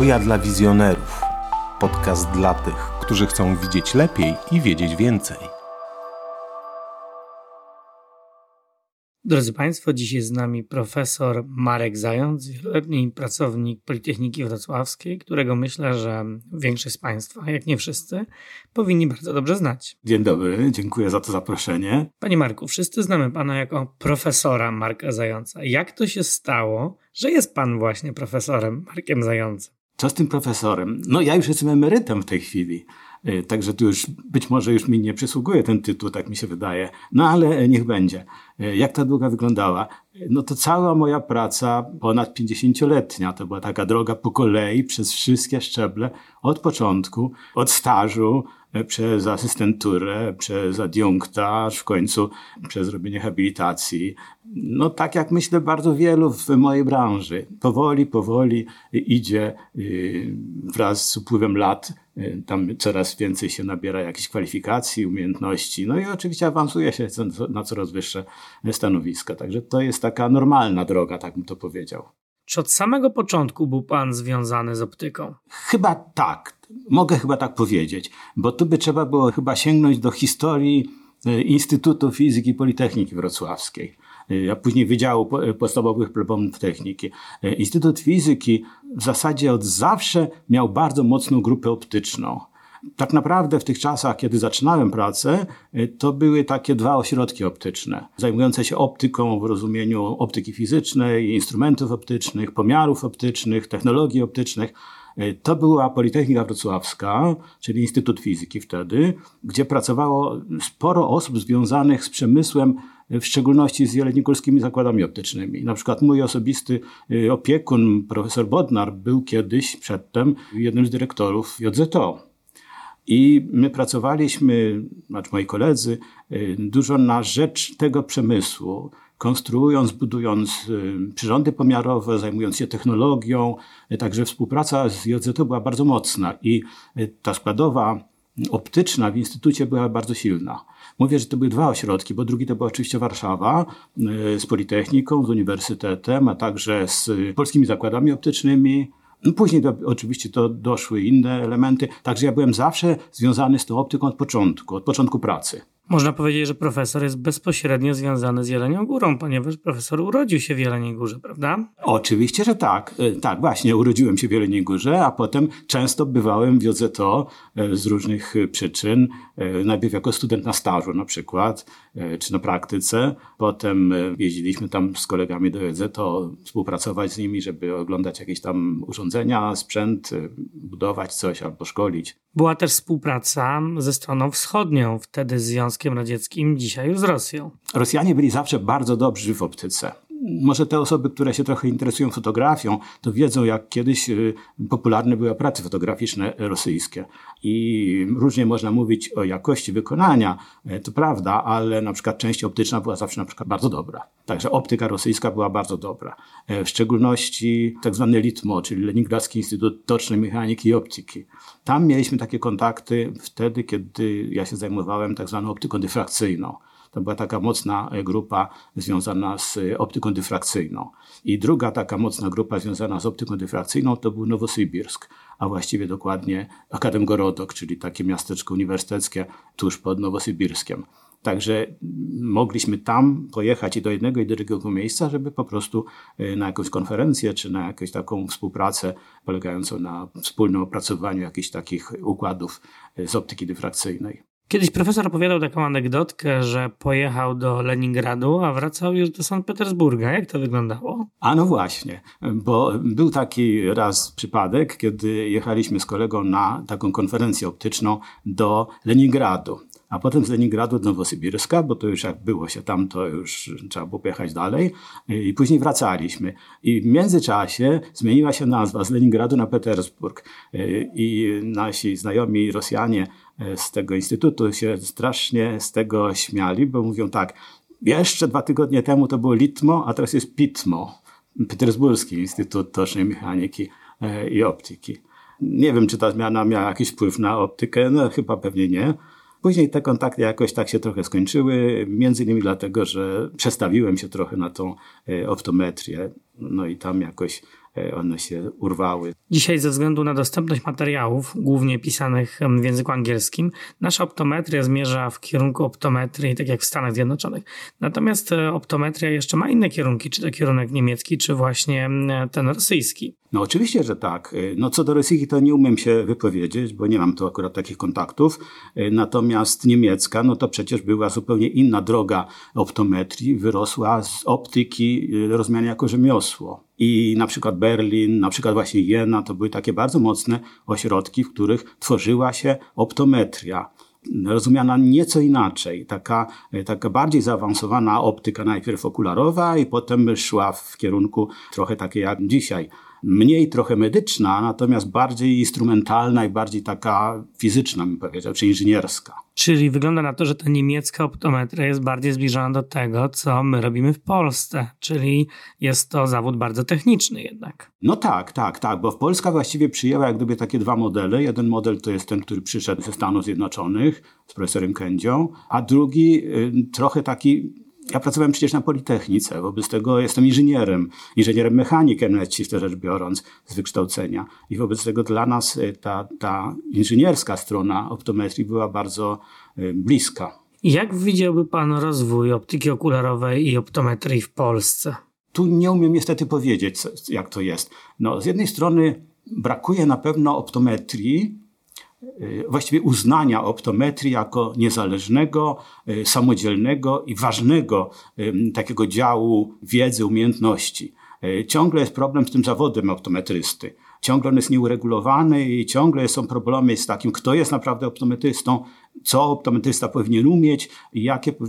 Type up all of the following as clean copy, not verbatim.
Oja dla wizjonerów. Podcast dla tych, którzy chcą widzieć lepiej i wiedzieć więcej. Drodzy Państwo, dziś jest z nami profesor Marek Zając, wieloletni pracownik Politechniki Wrocławskiej, którego myślę, że większość z Państwa, jak nie wszyscy, powinni bardzo dobrze znać. Dzień dobry, dziękuję za to zaproszenie. Panie Marku, wszyscy znamy Pana jako profesora Marka Zająca. Jak to się stało, że jest Pan właśnie profesorem Markiem Zającem? Co z tym profesorem? No ja już jestem emerytem w tej chwili. Także tu już być może już mi nie przysługuje ten tytuł, tak mi się wydaje. No ale niech będzie. Jak ta droga wyglądała? No to cała moja praca ponad 50-letnia. To była taka droga po kolei przez wszystkie szczeble. Od początku, od stażu, przez asystenturę, przez adiunkta, aż w końcu przez robienie habilitacji. No tak jak myślę bardzo wielu w mojej branży. Powoli idzie wraz z upływem lat. Tam coraz więcej się nabiera jakichś kwalifikacji, umiejętności. No i oczywiście awansuje się na coraz wyższe stanowiska. Także to jest taka normalna droga, tak bym to powiedział. Czy od samego początku był Pan związany z optyką? Chyba tak. Mogę chyba tak powiedzieć. Bo tu by trzeba było chyba sięgnąć do historii Instytutu Fizyki Politechniki Wrocławskiej, a później Wydziału Podstawowych Problemów Techniki. Instytut Fizyki w zasadzie od zawsze miał bardzo mocną grupę optyczną. Tak naprawdę w tych czasach, kiedy zaczynałem pracę, to były takie dwa ośrodki optyczne, zajmujące się optyką w rozumieniu optyki fizycznej, instrumentów optycznych, pomiarów optycznych, technologii optycznych. To była Politechnika Wrocławska, czyli Instytut Fizyki wtedy, gdzie pracowało sporo osób związanych z przemysłem, w szczególności z jeleniogórskimi zakładami optycznymi. Na przykład mój osobisty opiekun, profesor Bodnar, był kiedyś przedtem jednym z dyrektorów JZO. I my pracowaliśmy, znaczy moi koledzy, dużo na rzecz tego przemysłu, konstruując, budując przyrządy pomiarowe, zajmując się technologią. Także współpraca z JZO była bardzo mocna i ta składowa optyczna w instytucie była bardzo silna. Mówię, że to były dwa ośrodki, bo drugi to była oczywiście Warszawa z Politechniką, z Uniwersytetem, a także z polskimi zakładami optycznymi. Później oczywiście to doszły inne elementy, także ja byłem zawsze związany z tą optyką od początku pracy. Można powiedzieć, że profesor jest bezpośrednio związany z Jelenią Górą, ponieważ profesor urodził się w Jeleniej Górze, prawda? Oczywiście, że tak. Tak, właśnie, urodziłem się w Jeleniej Górze, a potem często bywałem w JZO z różnych przyczyn. Najpierw jako student na stażu na przykład, czy na praktyce. Potem jeździliśmy tam z kolegami do JZO, współpracować z nimi, żeby oglądać jakieś tam urządzenia, sprzęt, budować coś albo szkolić. Była też współpraca ze stroną wschodnią, wtedy z Związkiem Radzieckim, dzisiaj już z Rosją. Rosjanie byli zawsze bardzo dobrzy w optyce. Może te osoby, które się trochę interesują fotografią, to wiedzą, jak kiedyś popularne były aparaty fotograficzne rosyjskie. I różnie można mówić o jakości wykonania, to prawda, ale na przykład część optyczna była zawsze na przykład bardzo dobra. Także optyka rosyjska była bardzo dobra. W szczególności tak zwany LITMO, czyli Leningradzki Instytut Tocznej Mechaniki i Optyki. Tam mieliśmy takie kontakty wtedy, kiedy ja się zajmowałem tak zwaną optyką dyfrakcyjną. To była taka mocna grupa związana z optyką dyfrakcyjną. I druga taka mocna grupa związana z optyką dyfrakcyjną to był Nowosybirsk, a właściwie dokładnie Akademgorodok, czyli takie miasteczko uniwersyteckie tuż pod Nowosybirskiem. Także mogliśmy tam pojechać i do jednego i do drugiego miejsca, żeby po prostu na jakąś konferencję czy na jakąś taką współpracę polegającą na wspólnym opracowaniu jakichś takich układów z optyki dyfrakcyjnej. Kiedyś profesor opowiadał taką anegdotkę, że pojechał do Leningradu, a wracał już do Sankt Petersburga. Jak to wyglądało? A no właśnie, bo był taki raz przypadek, kiedy jechaliśmy z kolegą na taką konferencję optyczną do Leningradu. A potem z Leningradu do Nowosybirska, bo to już jak było się tam, to już trzeba było pojechać dalej. I później wracaliśmy. I w międzyczasie zmieniła się nazwa z Leningradu na Petersburg. I nasi znajomi Rosjanie z tego instytutu się strasznie z tego śmiali, bo mówią tak, jeszcze 2 tygodnie temu to było LITMO, a teraz jest PITMO, Petersburski Instytut Tocznej Mechaniki i Optyki. Nie wiem, czy ta zmiana miała jakiś wpływ na optykę, no chyba pewnie nie. Później te kontakty jakoś tak się trochę skończyły, między innymi dlatego, że przestawiłem się trochę na tą optometrię. No i tam jakoś one się urwały. Dzisiaj ze względu na dostępność materiałów, głównie pisanych w języku angielskim, nasza optometria zmierza w kierunku optometrii, tak jak w Stanach Zjednoczonych. Natomiast optometria jeszcze ma inne kierunki, czy to kierunek niemiecki, czy właśnie ten rosyjski. No oczywiście, że tak. No co do rosyjski to nie umiem się wypowiedzieć, bo nie mam tu akurat takich kontaktów. Natomiast niemiecka, no to przecież była zupełnie inna droga optometrii, wyrosła z optyki rozumiania jako rzemiosło. I na przykład Berlin, na przykład właśnie Jena, to były takie bardzo mocne ośrodki, w których tworzyła się optometria. Rozumiana nieco inaczej, taka bardziej zaawansowana optyka najpierw okularowa i potem szła w kierunku trochę takiej jak dzisiaj. Mniej trochę medyczna, natomiast bardziej instrumentalna i bardziej taka fizyczna, bym powiedział, czy inżynierska. Czyli wygląda na to, że ta niemiecka optometria jest bardziej zbliżona do tego, co my robimy w Polsce, czyli jest to zawód bardzo techniczny jednak. No tak, bo Polska właściwie przyjęła jak gdyby takie dwa modele. Jeden model to jest ten, który przyszedł ze Stanów Zjednoczonych z profesorem Kędzią, a drugi trochę taki... Ja pracowałem przecież na Politechnice, wobec tego jestem inżynierem mechanikiem, nawet ściśle rzecz biorąc, z wykształcenia. I wobec tego dla nas ta inżynierska strona optometrii była bardzo bliska. Jak widziałby pan rozwój optyki okularowej i optometrii w Polsce? Tu nie umiem niestety powiedzieć, jak to jest. No, z jednej strony brakuje na pewno optometrii, właściwie uznania optometrii jako niezależnego, samodzielnego i ważnego takiego działu wiedzy, umiejętności. Ciągle jest problem z tym zawodem optometrysty. Ciągle on jest nieuregulowany i ciągle są problemy z takim, kto jest naprawdę optometrystą, co optometrysta powinien umieć i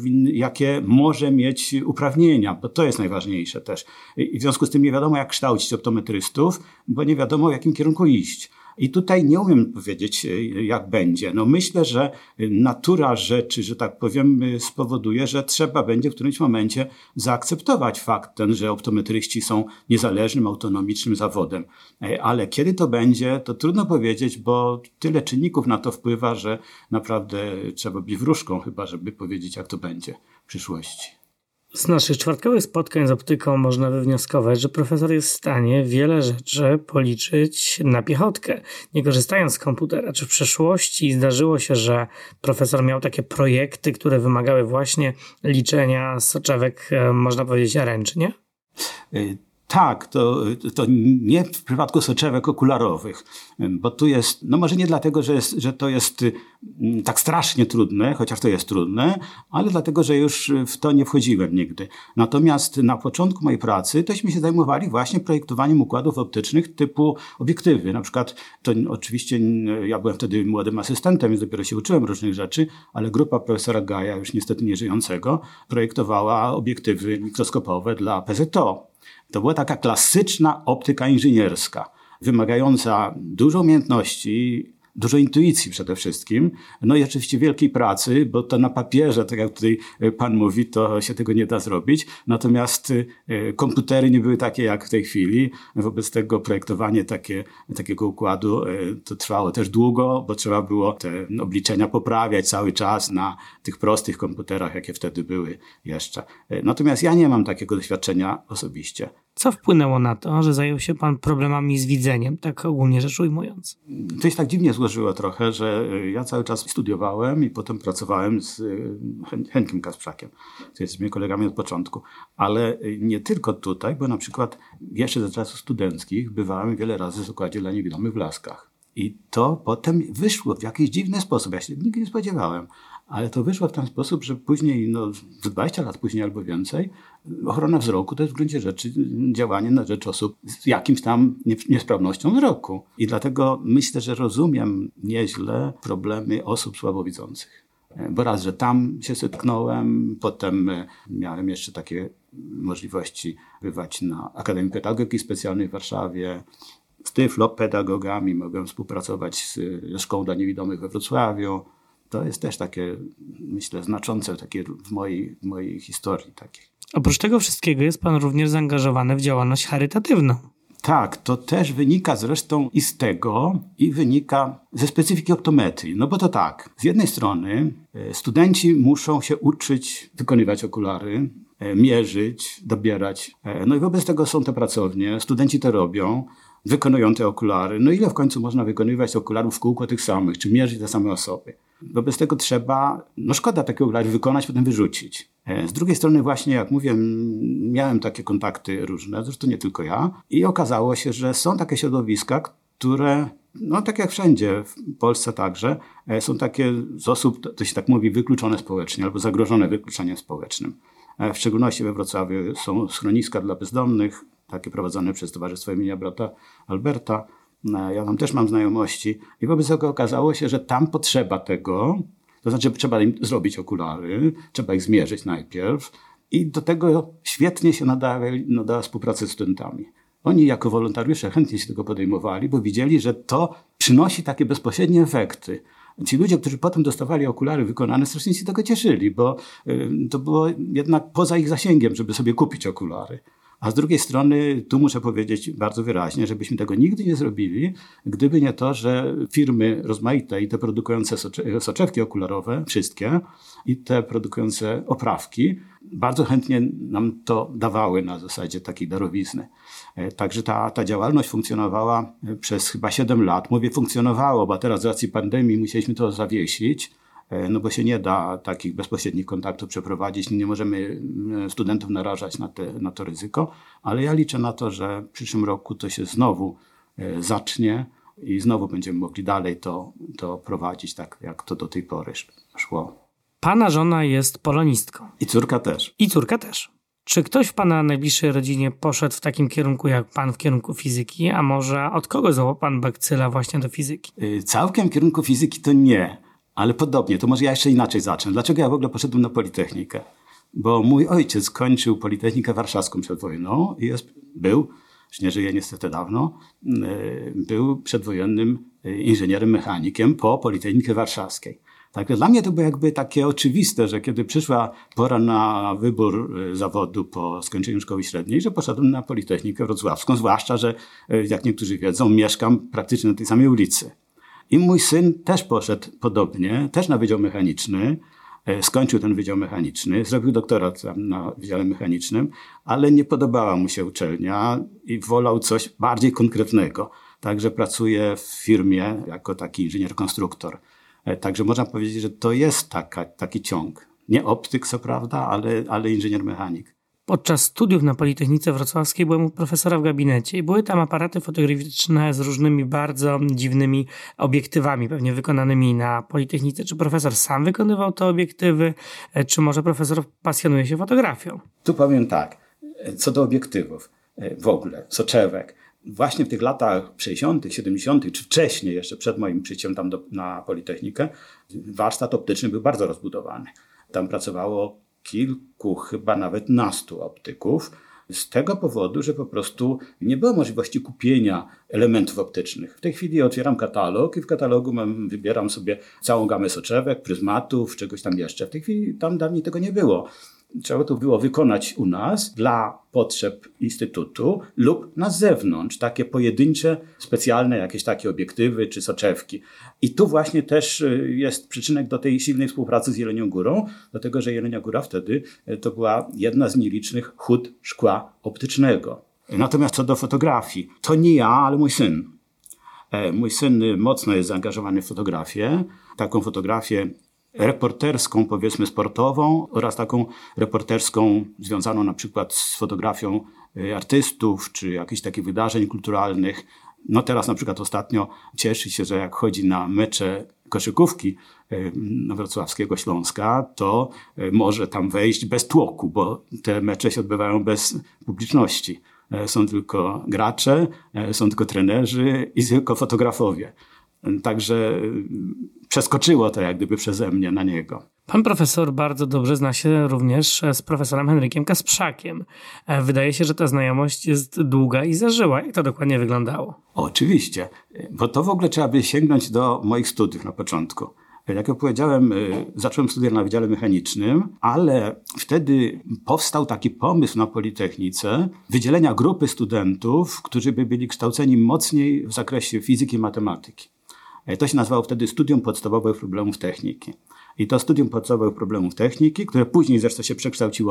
jakie może mieć uprawnienia, bo to jest najważniejsze też. I w związku z tym nie wiadomo, jak kształcić optometrystów, bo nie wiadomo, w jakim kierunku iść. I tutaj nie umiem powiedzieć, jak będzie. No myślę, że natura rzeczy, że tak powiem, spowoduje, że trzeba będzie w którymś momencie zaakceptować fakt ten, że optometryści są niezależnym, autonomicznym zawodem. Ale kiedy to będzie, to trudno powiedzieć, bo tyle czynników na to wpływa, że naprawdę trzeba być wróżką chyba, żeby powiedzieć, jak to będzie w przyszłości. Z naszych czwartkowych spotkań z optyką można wywnioskować, że profesor jest w stanie wiele rzeczy policzyć na piechotkę, nie korzystając z komputera. Czy w przeszłości zdarzyło się, że profesor miał takie projekty, które wymagały właśnie liczenia soczewek, można powiedzieć, ręcznie? Tak, to nie w przypadku soczewek okularowych, bo tu jest, no może nie dlatego, że to jest tak strasznie trudne, chociaż to jest trudne, ale dlatego, że już w to nie wchodziłem nigdy. Natomiast na początku mojej pracy tośmy się zajmowali właśnie projektowaniem układów optycznych typu obiektywy. Na przykład, to oczywiście ja byłem wtedy młodym asystentem, więc dopiero się uczyłem różnych rzeczy, ale grupa profesora Gaja, już niestety nieżyjącego, projektowała obiektywy mikroskopowe dla PZO. To była taka klasyczna optyka inżynierska, wymagająca dużo umiejętności, dużo intuicji przede wszystkim, no i oczywiście wielkiej pracy, bo to na papierze, tak jak tutaj pan mówi, to się tego nie da zrobić. Natomiast komputery nie były takie jak w tej chwili. Wobec tego projektowanie takiego układu to trwało też długo, bo trzeba było te obliczenia poprawiać cały czas na tych prostych komputerach, jakie wtedy były jeszcze. Natomiast ja nie mam takiego doświadczenia osobiście. Co wpłynęło na to, że zajął się pan problemami z widzeniem, tak ogólnie rzecz ujmując? To się tak dziwnie złożyło trochę, że ja cały czas studiowałem i potem pracowałem z Henkiem Kasprzakiem, który jest z moimi kolegami od początku. Ale nie tylko tutaj, bo na przykład jeszcze za czasów studenckich bywałem wiele razy w Zakładzie dla Niewidomych w Laskach. I to potem wyszło w jakiś dziwny sposób. Ja się nigdy nie spodziewałem. Ale to wyszło w ten sposób, że później, 20 lat później albo więcej, ochrona wzroku to jest w gruncie rzeczy działanie na rzecz osób z jakimś tam niesprawnością wzroku. I dlatego myślę, że rozumiem nieźle problemy osób słabowidzących. Bo raz, że tam się zetknąłem, potem miałem jeszcze takie możliwości bywać na Akademii Pedagogiki Specjalnej w Warszawie, z tyflopedagogami mogłem współpracować ze Szkołą dla Niewidomych we Wrocławiu. To jest też takie, myślę, znaczące takie w mojej historii. Takiej. Oprócz tego wszystkiego jest pan również zaangażowany w działalność charytatywną. Tak, to też wynika zresztą i z tego, i wynika ze specyfiki optometrii. No bo to tak, z jednej strony studenci muszą się uczyć wykonywać okulary, mierzyć, dobierać. No i wobec tego są te pracownie, studenci to robią, wykonują te okulary. No ile w końcu można wykonywać okularów w kółko tych samych, czy mierzyć te same osoby? Wobec tego trzeba, szkoda takie okulary wykonać, potem wyrzucić. Z drugiej strony właśnie, jak mówię, miałem takie kontakty różne, zresztą nie tylko ja, i okazało się, że są takie środowiska, które, tak jak wszędzie, w Polsce także, są takie z osób, to się tak mówi, wykluczone społecznie albo zagrożone wykluczeniem społecznym. W szczególności we Wrocławiu są schroniska dla bezdomnych, takie prowadzone przez Towarzystwo imienia brata Alberta. Ja tam też mam znajomości i wobec tego okazało się, że tam potrzeba tego, to znaczy trzeba im zrobić okulary, trzeba ich zmierzyć najpierw i do tego świetnie się nadała współpraca z studentami. Oni jako wolontariusze chętnie się tego podejmowali, bo widzieli, że to przynosi takie bezpośrednie efekty. Ci ludzie, którzy potem dostawali okulary wykonane, strasznie się tego cieszyli, bo to było jednak poza ich zasięgiem, żeby sobie kupić okulary. A z drugiej strony, tu muszę powiedzieć bardzo wyraźnie, żebyśmy tego nigdy nie zrobili, gdyby nie to, że firmy rozmaite i te produkujące soczewki okularowe, wszystkie, i te produkujące oprawki, bardzo chętnie nam to dawały na zasadzie takiej darowizny. Także ta działalność funkcjonowała przez chyba 7 lat. Mówię funkcjonowało, bo teraz z racji pandemii musieliśmy to zawiesić, bo się nie da takich bezpośrednich kontaktów przeprowadzić, nie możemy studentów narażać na to ryzyko, ale ja liczę na to, że w przyszłym roku to się znowu zacznie i znowu będziemy mogli dalej to prowadzić tak, jak to do tej pory szło. Pana żona jest polonistką. I córka też. I córka też. Czy ktoś w pana najbliższej rodzinie poszedł w takim kierunku jak pan, w kierunku fizyki, a może od kogo złapał pan bakcyla właśnie do fizyki? Całkiem w kierunku fizyki to nie. Ale podobnie, to może ja jeszcze inaczej zacznę. Dlaczego ja w ogóle poszedłem na Politechnikę? Bo mój ojciec kończył Politechnikę Warszawską przed wojną i był, już nie żyje niestety dawno, był przedwojennym inżynierem mechanikiem po Politechnice Warszawskiej. Także dla mnie to było jakby takie oczywiste, że kiedy przyszła pora na wybór zawodu po skończeniu szkoły średniej, że poszedłem na Politechnikę Wrocławską, zwłaszcza, że jak niektórzy wiedzą, mieszkam praktycznie na tej samej ulicy. I mój syn też poszedł podobnie, też na Wydział Mechaniczny, skończył ten Wydział Mechaniczny, zrobił doktorat na Wydziale Mechanicznym, ale nie podobała mu się uczelnia i wolał coś bardziej konkretnego. Także pracuje w firmie jako taki inżynier-konstruktor. Także można powiedzieć, że to jest taki ciąg. Nie optyk, co prawda, ale inżynier-mechanik. Podczas studiów na Politechnice Wrocławskiej byłem u profesora w gabinecie i były tam aparaty fotograficzne z różnymi bardzo dziwnymi obiektywami, pewnie wykonanymi na Politechnice. Czy profesor sam wykonywał te obiektywy, czy może profesor pasjonuje się fotografią? Tu powiem tak, co do obiektywów w ogóle, soczewek. Właśnie w tych latach 60., 70., czy wcześniej, jeszcze przed moim przyjściem tam na Politechnikę, warsztat optyczny był bardzo rozbudowany. Tam pracowało kilku, chyba nawet nastu optyków, z tego powodu, że po prostu nie było możliwości kupienia elementów optycznych. W tej chwili otwieram katalog i w katalogu wybieram sobie całą gamę soczewek, pryzmatów, czegoś tam jeszcze. W tej chwili tam dawniej tego nie było. Trzeba to było wykonać u nas dla potrzeb instytutu lub na zewnątrz, takie pojedyncze, specjalne jakieś takie obiektywy czy soczewki. I tu właśnie też jest przyczynek do tej silnej współpracy z Jelenią Górą, dlatego że Jelenia Góra wtedy to była jedna z nielicznych hut szkła optycznego. Natomiast co do fotografii, to nie ja, ale mój syn. Mój syn mocno jest zaangażowany w fotografię, taką fotografię reporterską, powiedzmy sportową oraz taką reporterską związaną na przykład z fotografią artystów czy jakichś takich wydarzeń kulturalnych. No teraz na przykład ostatnio cieszy się, że jak chodzi na mecze koszykówki wrocławskiego Śląska, to może tam wejść bez tłoku, bo te mecze się odbywają bez publiczności. Są tylko gracze, są tylko trenerzy i tylko fotografowie. Także przeskoczyło to jak gdyby przeze mnie na niego. Pan profesor bardzo dobrze zna się również z profesorem Henrykiem Kasprzakiem. Wydaje się, że ta znajomość jest długa i zażyła. Jak to dokładnie wyglądało? Oczywiście, bo to w ogóle trzeba by sięgnąć do moich studiów na początku. Jak ja powiedziałem, zacząłem studia na Wydziale Mechanicznym, ale wtedy powstał taki pomysł na Politechnice wydzielenia grupy studentów, którzy by byli kształceni mocniej w zakresie fizyki i matematyki. To się nazywało wtedy Studium Podstawowych Problemów Techniki. I to Studium Podstawowych Problemów Techniki, które później zresztą się przekształciło w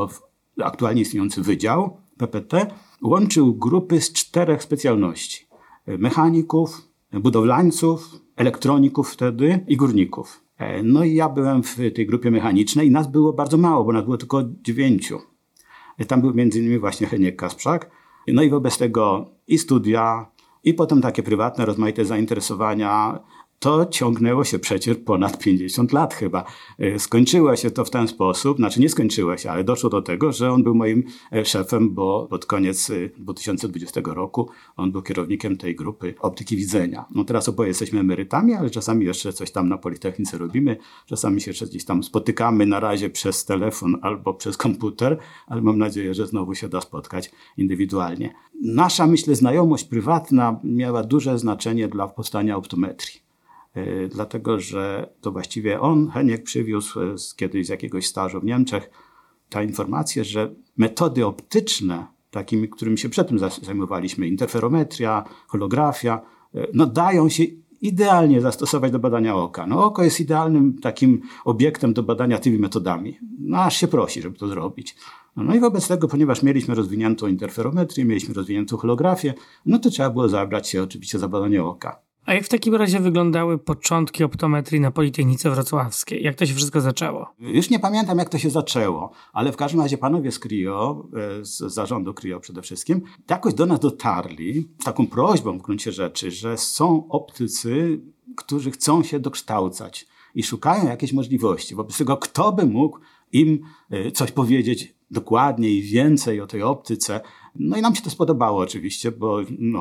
aktualnie istniejący wydział PPT, łączył grupy z 4 specjalności. Mechaników, budowlańców, elektroników wtedy i górników. No i ja byłem w tej grupie mechanicznej i nas było bardzo mało, bo nas było tylko 9. Tam był m.in. właśnie Heniek Kasprzak. No i wobec tego i studia, i potem takie prywatne, rozmaite zainteresowania. To ciągnęło się przecież ponad 50 lat chyba. Skończyło się to w ten sposób, znaczy nie skończyło się, ale doszło do tego, że on był moim szefem, bo pod koniec 2020 roku on był kierownikiem tej grupy optyki widzenia. No teraz oboje jesteśmy emerytami, ale czasami jeszcze coś tam na Politechnice robimy, czasami się jeszcze gdzieś tam spotykamy na razie przez telefon albo przez komputer, ale mam nadzieję, że znowu się da spotkać indywidualnie. Nasza, myślę, znajomość prywatna miała duże znaczenie dla powstania optometrii. Dlatego, że to właściwie on, Heniek, przywiózł kiedyś z jakiegoś stażu w Niemczech ta informacja, że metody optyczne, takimi, którymi się przedtem zajmowaliśmy, interferometria, holografia, no dają się idealnie zastosować do badania oka. No oko jest idealnym takim obiektem do badania tymi metodami. No aż się prosi, żeby to zrobić. No i wobec tego, ponieważ mieliśmy rozwiniętą interferometrię, mieliśmy rozwiniętą holografię, no to trzeba było zabrać się oczywiście za badanie oka. A jak w takim razie wyglądały początki optometrii na Politechnice Wrocławskiej? Jak to się wszystko zaczęło? Już nie pamiętam, jak to się zaczęło, ale w każdym razie panowie z CRIO, z zarządu CRIO przede wszystkim, jakoś do nas dotarli z taką prośbą w gruncie rzeczy, że są optycy, którzy chcą się dokształcać i szukają jakiejś możliwości. Wobec tego, kto by mógł im coś powiedzieć dokładniej, więcej o tej optyce. No i nam się to spodobało oczywiście, bo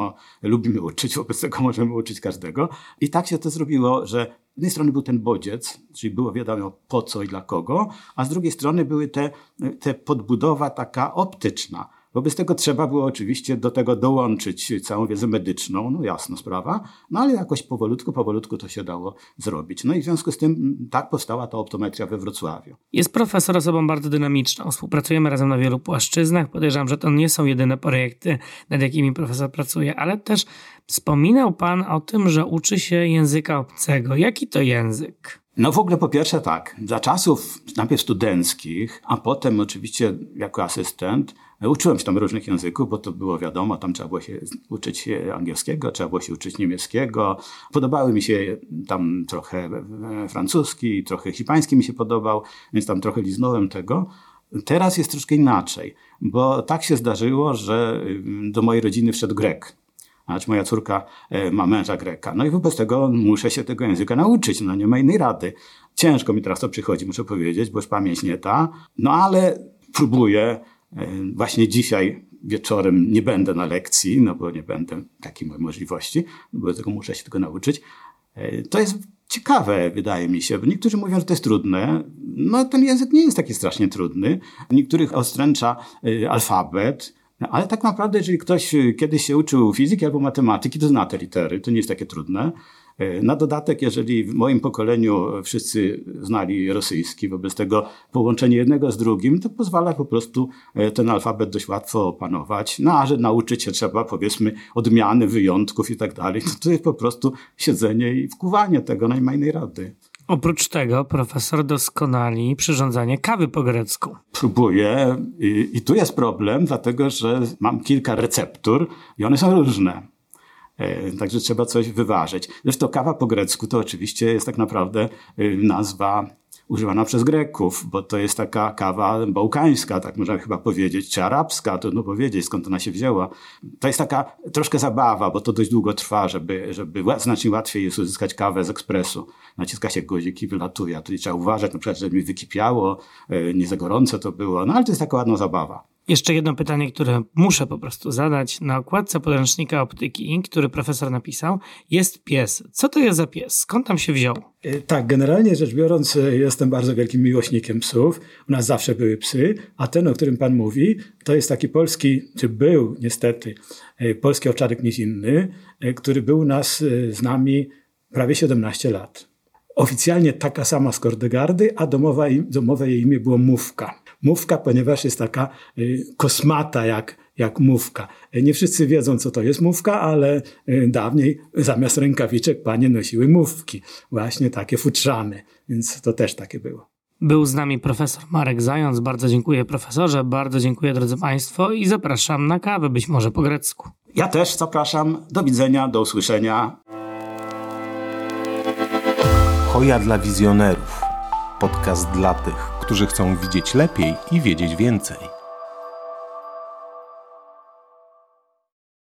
lubimy uczyć, wobec tego możemy uczyć każdego. I tak się to zrobiło, że z jednej strony był ten bodziec, czyli było wiadomo po co i dla kogo, a z drugiej strony były te podbudowa taka optyczna. Wobec tego trzeba było oczywiście do tego dołączyć całą wiedzę medyczną, no jasna sprawa, no ale jakoś powolutku to się dało zrobić. No i w związku z tym tak powstała ta optometria we Wrocławiu. Jest profesor osobą bardzo dynamiczną. Współpracujemy razem na wielu płaszczyznach. Podejrzewam, że to nie są jedyne projekty, nad jakimi profesor pracuje, ale też wspominał pan o tym, że uczy się języka obcego. Jaki to język? No w ogóle po pierwsze tak, za czasów najpierw studenckich, a potem oczywiście jako asystent uczyłem się tam różnych języków, bo to było wiadomo, tam trzeba było się uczyć angielskiego, trzeba było się uczyć niemieckiego. Podobały mi się tam trochę francuski, trochę hiszpański mi się podobał, więc tam trochę liznąłem tego. Teraz jest troszkę inaczej, bo tak się zdarzyło, że do mojej rodziny wszedł Grek. Znaczy moja córka ma męża Greka. No i wobec tego muszę się tego języka nauczyć. No nie ma innej rady. Ciężko mi teraz to przychodzi, muszę powiedzieć, bo już pamięć nie ta. No ale próbuję. Właśnie dzisiaj wieczorem nie będę na lekcji, no bo nie będę takiej możliwości. Bo tego muszę się tego nauczyć. To jest ciekawe, wydaje mi się. Bo niektórzy mówią, że to jest trudne. No ten język nie jest taki strasznie trudny. Niektórych ostręcza alfabet. Ale tak naprawdę, jeżeli ktoś kiedyś się uczył fizyki albo matematyki, to zna te litery. To nie jest takie trudne. Na dodatek, jeżeli w moim pokoleniu wszyscy znali rosyjski, wobec tego połączenie jednego z drugim, to pozwala po prostu ten alfabet dość łatwo opanować. No a że nauczyć się trzeba, powiedzmy, odmiany, wyjątków i tak dalej, to jest po prostu siedzenie i wkuwanie tego, nie ma innej rady. Oprócz tego profesor doskonali przyrządzanie kawy po grecku. Próbuję i tu jest problem, dlatego że mam kilka receptur i one są różne. Także trzeba coś wyważyć. Zresztą kawa po grecku to oczywiście jest tak naprawdę nazwa używana przez Greków, bo to jest taka kawa bałkańska, tak można chyba powiedzieć, czy arabska, trudno powiedzieć, skąd ona się wzięła. To jest taka troszkę zabawa, bo to dość długo trwa, żeby znacznie łatwiej jest uzyskać kawę z ekspresu. Naciska się guzik i wylatuje, a tutaj trzeba uważać, na przykład, żeby mi wykipiało, nie za gorące to było, no ale to jest taka ładna zabawa. Jeszcze jedno pytanie, które muszę po prostu zadać. Na okładce podręcznika optyki, który profesor napisał, jest pies. Co to jest za pies? Skąd tam się wziął? Tak, generalnie rzecz biorąc, jestem bardzo wielkim miłośnikiem psów. U nas zawsze były psy, a ten, o którym pan mówi, to jest taki polski, czy był niestety, polski owczarek nizinny, który był z nami prawie 17 lat. Oficjalnie taka sama z Kordegardy, a domowe jej imię było Mówka. Mówka, ponieważ jest taka kosmata jak mówka. Nie wszyscy wiedzą, co to jest mówka, ale dawniej zamiast rękawiczek panie nosiły mówki. Właśnie takie futrzane, więc to też takie było. Był z nami profesor Marek Zając. Bardzo dziękuję profesorze, bardzo dziękuję drodzy Państwo i zapraszam na kawę, być może po grecku. Ja też zapraszam. Do widzenia, do usłyszenia. Hoja dla wizjonerów. Podcast dla tych, którzy chcą widzieć lepiej i wiedzieć więcej.